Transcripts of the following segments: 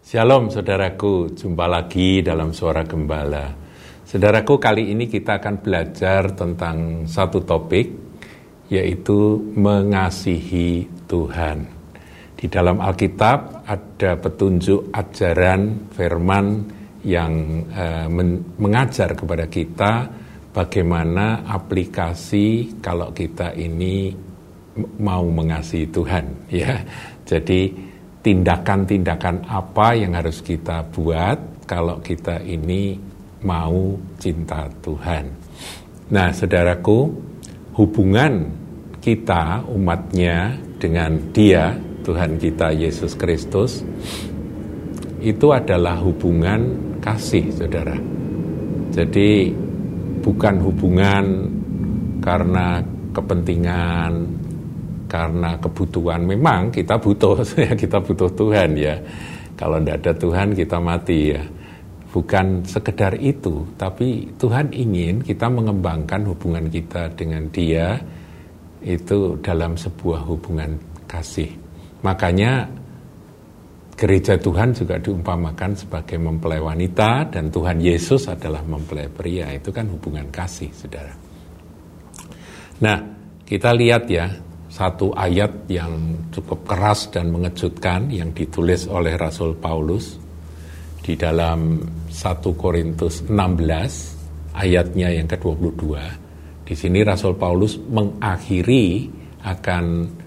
Shalom saudaraku, jumpa lagi dalam Suara Gembala. Saudaraku, kali ini kita akan belajar tentang satu topik, yaitu mengasihi Tuhan. Di dalam Alkitab ada petunjuk ajaran firman yang mengajar kepada kita bagaimana aplikasi kalau kita ini mau mengasihi Tuhan. Ya, jadi tindakan-tindakan apa yang harus kita buat kalau kita ini mau cinta Tuhan. Nah, saudaraku, hubungan kita umatnya dengan Dia, Tuhan kita Yesus Kristus, itu adalah hubungan kasih, saudara. Jadi bukan hubungan karena kepentingan, karena kebutuhan. Memang kita butuh, kita butuh Tuhan ya. Kalau tidak ada Tuhan kita mati ya. Bukan sekedar itu, tapi Tuhan ingin kita mengembangkan hubungan kita dengan Dia itu dalam sebuah hubungan kasih. Makanya gereja Tuhan juga diumpamakan sebagai mempelai wanita dan Tuhan Yesus adalah mempelai pria. Itu kan hubungan kasih, saudara. Nah, kita lihat ya, satu ayat yang cukup keras dan mengejutkan yang ditulis oleh Rasul Paulus di dalam 1 Korintus 16 ayatnya yang ke-22. Di sini Rasul Paulus mengakhiri akan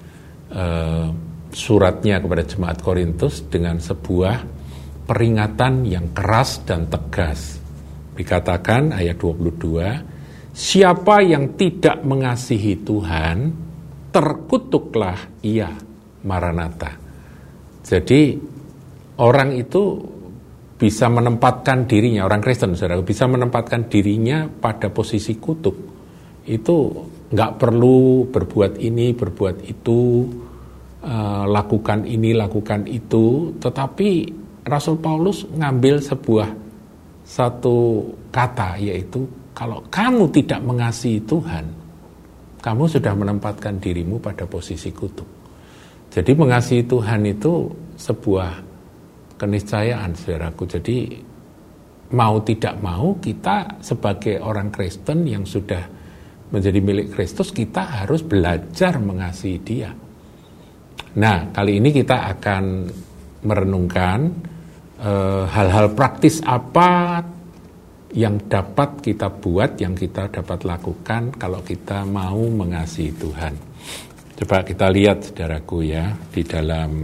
suratnya kepada jemaat Korintus dengan sebuah peringatan yang keras dan tegas. Dikatakan ayat 22, siapa yang tidak mengasihi Tuhan, terkutuklah ia, Maranatha. Jadi orang itu bisa menempatkan dirinya, orang Kristen saudara, bisa menempatkan dirinya pada posisi kutuk. Itu nggak perlu berbuat ini, berbuat itu, lakukan ini, lakukan itu. Tetapi Rasul Paulus ngambil satu kata, yaitu kalau kamu tidak mengasihi Tuhan, kamu sudah menempatkan dirimu pada posisi kutuk. Jadi mengasihi Tuhan itu sebuah keniscayaan, saudaraku. Jadi mau tidak mau kita sebagai orang Kristen yang sudah menjadi milik Kristus, kita harus belajar mengasihi Dia. Nah, kali ini kita akan merenungkan hal-hal praktis apa yang dapat kita buat, yang kita dapat lakukan kalau kita mau mengasihi Tuhan. Coba kita lihat, saudaraku ya, di dalam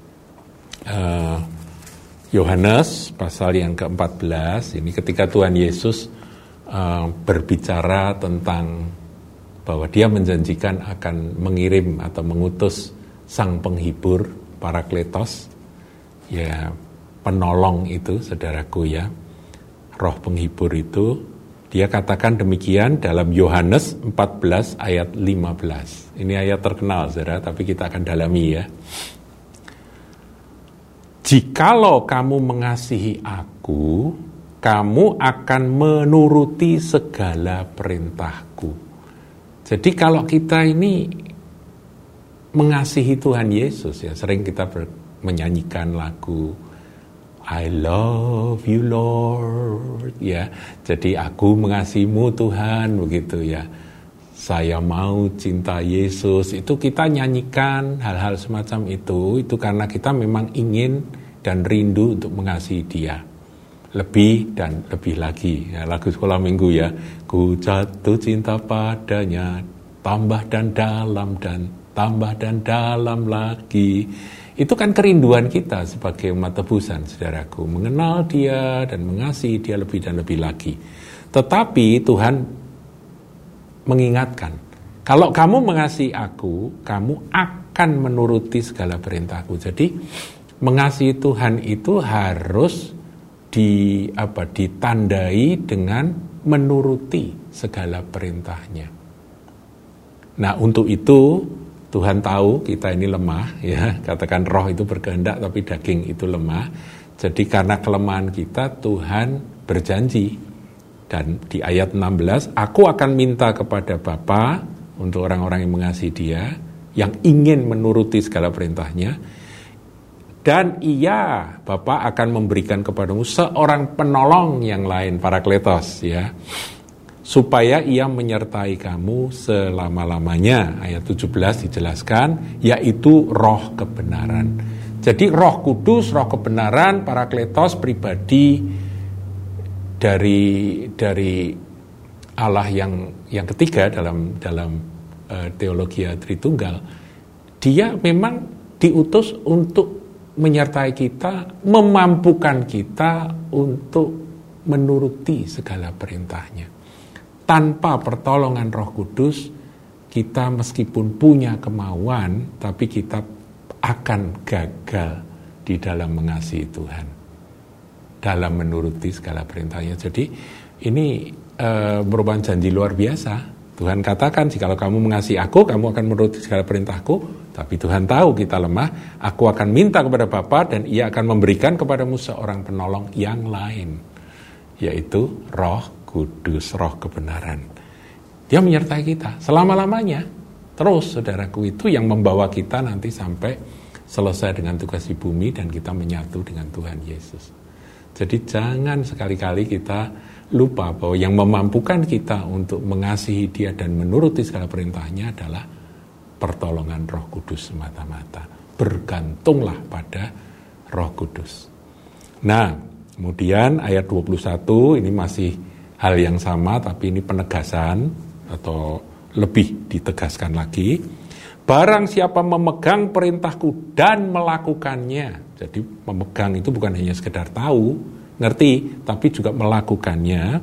Yohanes pasal yang ke-14, ini ketika Tuhan Yesus berbicara tentang bahwa Dia menjanjikan akan mengirim atau mengutus Sang Penghibur, Parakletos, ya, penolong itu, saudaraku ya, Roh Penghibur itu, Dia katakan demikian dalam Yohanes 14 ayat 15. Ini ayat terkenal, saudara, tapi kita akan dalami ya. Jikalau kamu mengasihi aku, kamu akan menuruti segala perintahku. Jadi kalau kita ini mengasihi Tuhan Yesus, ya, sering kita menyanyikan lagu I love you Lord, ya. Jadi aku mengasihimu Tuhan, begitu ya. Saya mau cinta Yesus. Itu kita nyanyikan hal-hal semacam itu karena kita memang ingin dan rindu untuk mengasihi Dia lebih dan lebih lagi. Ya, lagu sekolah minggu ya. Ku jatuh cinta padanya, tambah dan tambah dan dalam lagi. Itu kan kerinduan kita sebagai umat tebusan, saudaraku, mengenal Dia dan mengasihi Dia lebih dan lebih lagi. Tetapi Tuhan mengingatkan, kalau kamu mengasihi aku, kamu akan menuruti segala perintahku. Jadi mengasihi Tuhan itu harus ditandai dengan menuruti segala perintahnya. Nah, untuk itu Tuhan tahu kita ini lemah, ya. Katakan roh itu berkehendak tapi daging itu lemah. Jadi karena kelemahan kita, Tuhan berjanji. Dan di ayat 16, aku akan minta kepada Bapa untuk orang-orang yang mengasihi Dia, yang ingin menuruti segala perintahnya, Dan Bapa akan memberikan kepadamu seorang penolong yang lain, Parakletos, ya, supaya ia menyertai kamu selama-lamanya. Ayat 17 dijelaskan, yaitu Roh kebenaran. Jadi Roh Kudus, Roh kebenaran, Parakletos, pribadi dari Allah yang ketiga dalam teologi Tritunggal. Dia memang diutus untuk menyertai kita, memampukan kita untuk menuruti segala perintahnya. Tanpa pertolongan Roh Kudus, kita meskipun punya kemauan, tapi kita akan gagal di dalam mengasihi Tuhan, dalam menuruti segala perintahnya. Jadi ini merupakan janji luar biasa. Tuhan katakan, jikalau kamu mengasihi aku, kamu akan menuruti segala perintahku. Tapi Tuhan tahu kita lemah, aku akan minta kepada Bapa dan ia akan memberikan kepadamu seorang penolong yang lain, yaitu Roh Kudus, Roh kebenaran. Dia menyertai kita selama-lamanya. Terus, saudaraku, itu yang membawa kita nanti sampai selesai dengan tugas di bumi dan kita menyatu dengan Tuhan Yesus. Jadi jangan sekali-kali kita lupa bahwa yang memampukan kita untuk mengasihi Dia dan menuruti segala perintahnya adalah pertolongan Roh Kudus semata-mata. Bergantunglah pada Roh Kudus. Nah, kemudian ayat 21 ini masih hal yang sama, tapi ini penegasan atau lebih ditegaskan lagi. Barang siapa memegang perintahku dan melakukannya. Jadi memegang itu bukan hanya sekedar tahu, ngerti, tapi juga melakukannya.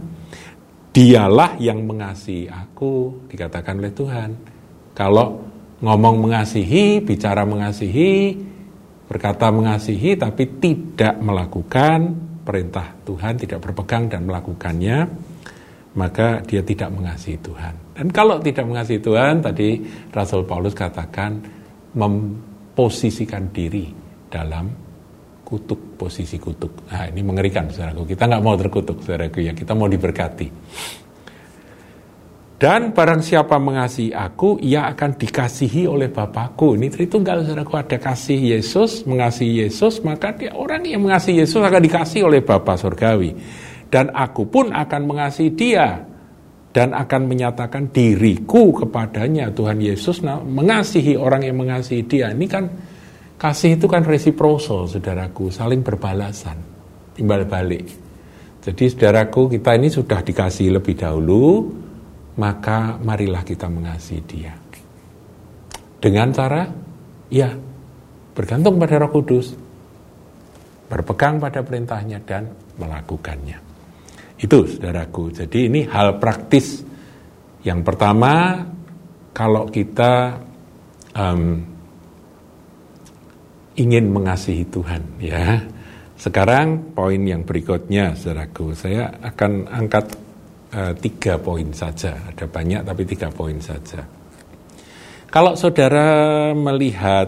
Dialah yang mengasihi aku, dikatakan oleh Tuhan. Kalau ngomong mengasihi, bicara mengasihi, berkata mengasihi, tapi tidak melakukan perintah Tuhan, tidak berpegang dan melakukannya, maka dia tidak mengasihi Tuhan. Dan kalau tidak mengasihi Tuhan, tadi Rasul Paulus katakan memposisikan diri dalam kutuk, posisi kutuk. Nah, ini mengerikan, saudaraku. Kita nggak mau terkutuk, saudaraku, ya. Kita mau diberkati. Dan barang siapa mengasihi aku, ia akan dikasihi oleh Bapakku. Ini Tritunggal, saudaraku. Ada kasih Yesus, mengasihi Yesus, maka dia orang yang mengasihi Yesus akan dikasihi oleh Bapa surgawi. Dan aku pun akan mengasihi dia dan akan menyatakan diriku kepadanya. Tuhan Yesus mengasihi orang yang mengasihi dia. Ini kan kasih itu kan resiprosal, saudaraku, saling berbalasan, timbal balik. Jadi saudaraku, kita ini sudah dikasihi lebih dahulu, maka marilah kita mengasihi dia. Dengan cara, ya, bergantung pada Roh Kudus, berpegang pada perintahnya dan melakukannya. Itu, saudaraku. Jadi ini hal praktis. Yang pertama, kalau kita ingin mengasihi Tuhan, ya. Sekarang poin yang berikutnya, saudaraku. Saya akan angkat 3 poin saja. Ada banyak, tapi 3 poin saja. Kalau saudara melihat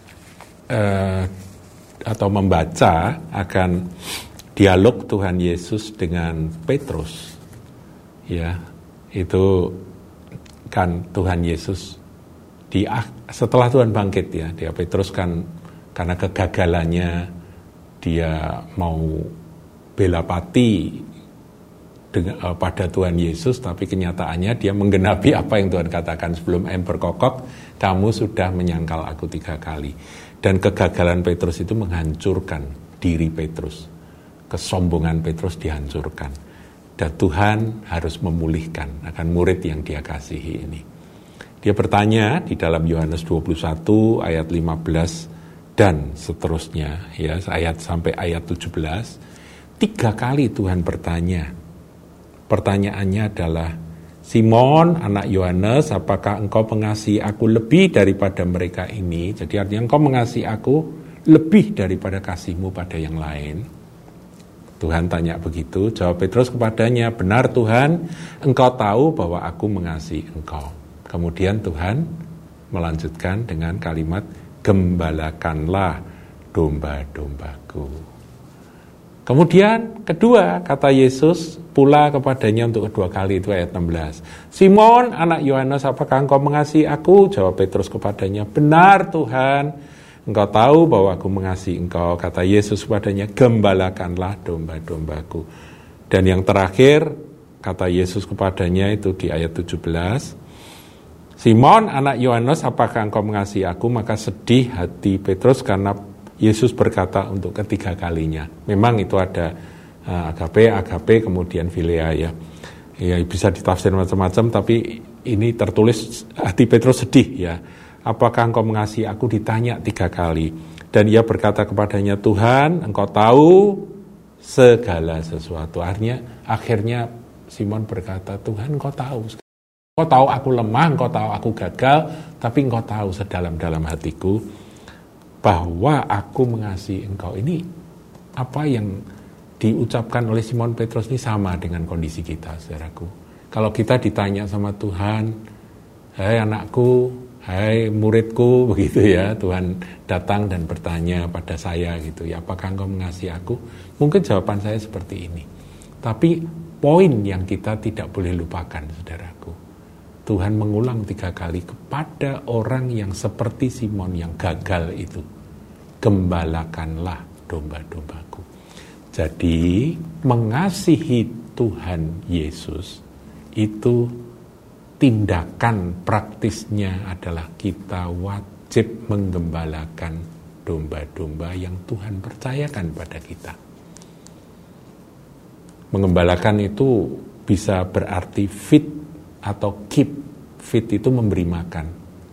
atau membaca akan dialog Tuhan Yesus dengan Petrus, ya, itu kan Tuhan Yesus setelah Tuhan bangkit, ya, dia Petrus kan karena kegagalannya dia mau bela pati pada Tuhan Yesus, tapi kenyataannya dia menggenapi apa yang Tuhan katakan, sebelum berkokok kamu sudah menyangkal aku 3 kali. Dan kegagalan Petrus itu menghancurkan diri Petrus. Kesombongan Petrus dihancurkan. Dan Tuhan harus memulihkan akan murid yang dia kasihi ini. Dia bertanya di dalam Yohanes 21 ayat 15 dan seterusnya, ya, ayat sampai ayat 17. 3 kali Tuhan bertanya. Pertanyaannya adalah, Simon, anak Yohanes, apakah engkau mengasihi aku lebih daripada mereka ini? Jadi artinya engkau mengasihi aku lebih daripada kasihmu pada yang lain. Tuhan tanya begitu, jawab Petrus kepadanya, benar Tuhan, engkau tahu bahwa aku mengasihi engkau. Kemudian Tuhan melanjutkan dengan kalimat, gembalakanlah domba-dombaku. Kemudian kedua, kata Yesus pula kepadanya untuk kedua kali, itu ayat 16. Simon, anak Yohanes, apakah engkau mengasihi aku? Jawab Petrus kepadanya, benar Tuhan, Engkau tahu bahwa aku mengasihi engkau. Kata Yesus padanya, gembalakanlah domba-dombaku. Dan yang terakhir, kata Yesus kepadanya itu di ayat 17, Simon anak Yohanes, apakah engkau mengasihi aku? Maka sedih hati Petrus karena Yesus berkata untuk ketiga kalinya. Memang itu ada agape, kemudian philia ya. Ya bisa ditafsir macam-macam, tapi ini tertulis hati Petrus sedih ya. Apakah engkau mengasihi aku? Ditanya 3 kali. Dan ia berkata kepadanya, Tuhan, engkau tahu segala sesuatu. Akhirnya Simon berkata, Tuhan, engkau tahu. Engkau tahu aku lemah, engkau tahu aku gagal, tapi engkau tahu sedalam-dalam hatiku bahwa aku mengasihi engkau. Ini apa yang diucapkan oleh Simon Petrus ini sama dengan kondisi kita, saudaraku. Kalau kita ditanya sama Tuhan, hai anakku, hai muridku, begitu ya, Tuhan datang dan bertanya pada saya gitu ya, apakah engkau mengasihi aku? Mungkin jawaban saya seperti ini. Tapi poin yang kita tidak boleh lupakan, saudaraku, Tuhan mengulang 3 kali kepada orang yang seperti Simon yang gagal itu, gembalakanlah domba-dombaku. Jadi mengasihi Tuhan Yesus itu tindakan praktisnya adalah kita wajib menggembalakan domba-domba yang Tuhan percayakan pada kita. Menggembalakan itu bisa berarti feed atau keep. Feed itu memberi makan.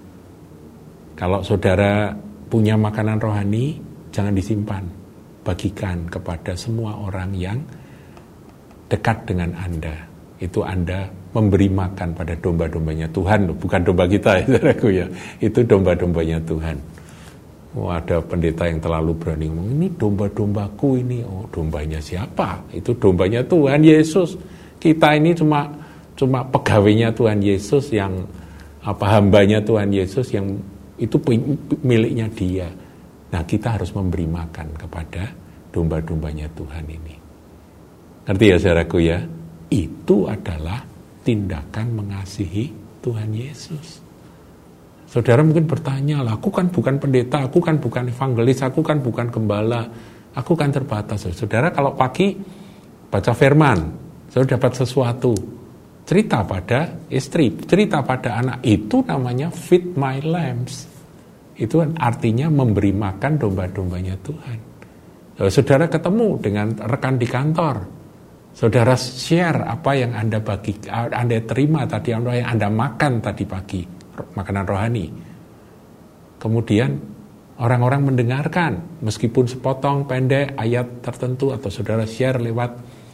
Kalau saudara punya makanan rohani, jangan disimpan. Bagikan kepada semua orang yang dekat dengan Anda. Itu Anda memberi makan pada domba-dombanya Tuhan, bukan domba kita ya saudaraku ya. Itu domba-dombanya Tuhan. Ada pendeta yang terlalu berani ngomong, ini domba-dombaku ini. Oh, dombanya siapa? Itu dombanya Tuhan Yesus. Kita ini cuma pegawainya Tuhan Yesus, yang hambanya Tuhan Yesus, yang itu miliknya Dia. Nah, kita harus memberi makan kepada domba-dombanya Tuhan ini. Ngerti ya saudaraku ya? Itu adalah tindakan mengasihi Tuhan Yesus. Saudara mungkin bertanya, lah aku kan bukan pendeta, aku kan bukan evangelis, aku kan bukan gembala, aku kan terbatas. Saudara kalau pagi baca firman, saudara dapat sesuatu, cerita pada istri, cerita pada anak, itu namanya feed my lambs. Itu artinya memberi makan domba-dombanya Tuhan. Saudara ketemu dengan rekan di kantor, saudara share apa yang Anda terima tadi, yang Anda makan tadi pagi, makanan rohani. Kemudian orang-orang mendengarkan, meskipun sepotong pendek ayat tertentu, atau saudara share lewat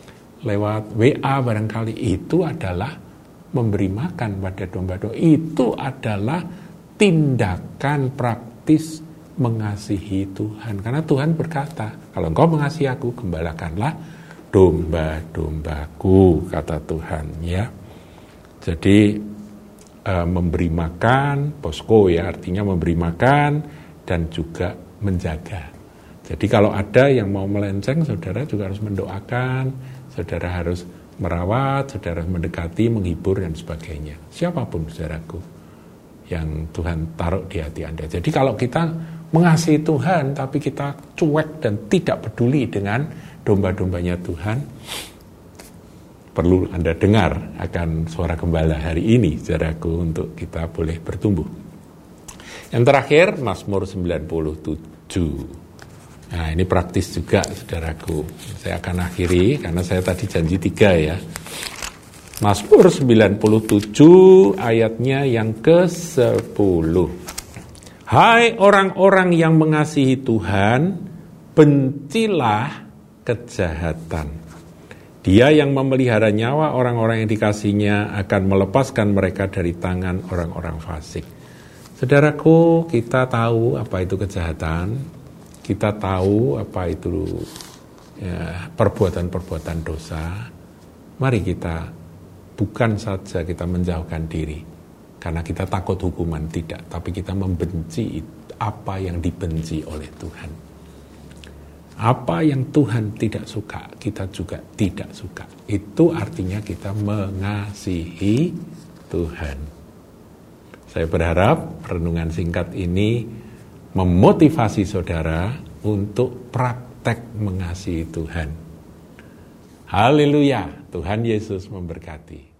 WA barangkali, itu adalah memberi makan pada domba-domba. Itu adalah tindakan praktis mengasihi Tuhan. Karena Tuhan berkata, kalau engkau mengasihi aku, gembalakanlah domba-dombaku, kata Tuhan ya. Jadi memberi makan, posko ya, artinya memberi makan dan juga menjaga. Jadi kalau ada yang mau melenceng, saudara juga harus mendoakan, saudara harus merawat, saudara harus mendekati, menghibur dan sebagainya. Siapapun saudaraku yang Tuhan taruh di hati Anda. Jadi kalau kita mengasihi Tuhan tapi kita cuek dan tidak peduli dengan domba-dombanya Tuhan, perlu Anda dengar akan suara gembala hari ini, saudaraku, untuk kita boleh bertumbuh. Yang terakhir, Mazmur 97. Nah, ini praktis juga, saudaraku. Saya akan akhiri karena saya tadi janji 3 ya. Mazmur 97 ayatnya yang ke-10. Hai orang-orang yang mengasihi Tuhan, bencilah kejahatan. Dia yang memelihara nyawa orang-orang yang dikasihinya akan melepaskan mereka dari tangan orang-orang fasik. Saudaraku, kita tahu apa itu kejahatan. Kita tahu apa itu perbuatan-perbuatan dosa. Mari kita bukan saja kita menjauhkan diri karena kita takut hukuman, tidak, tapi kita membenci apa yang dibenci oleh Tuhan. Apa yang Tuhan tidak suka, kita juga tidak suka. Itu artinya kita mengasihi Tuhan. Saya berharap renungan singkat ini memotivasi saudara untuk praktek mengasihi Tuhan. Haleluya, Tuhan Yesus memberkati.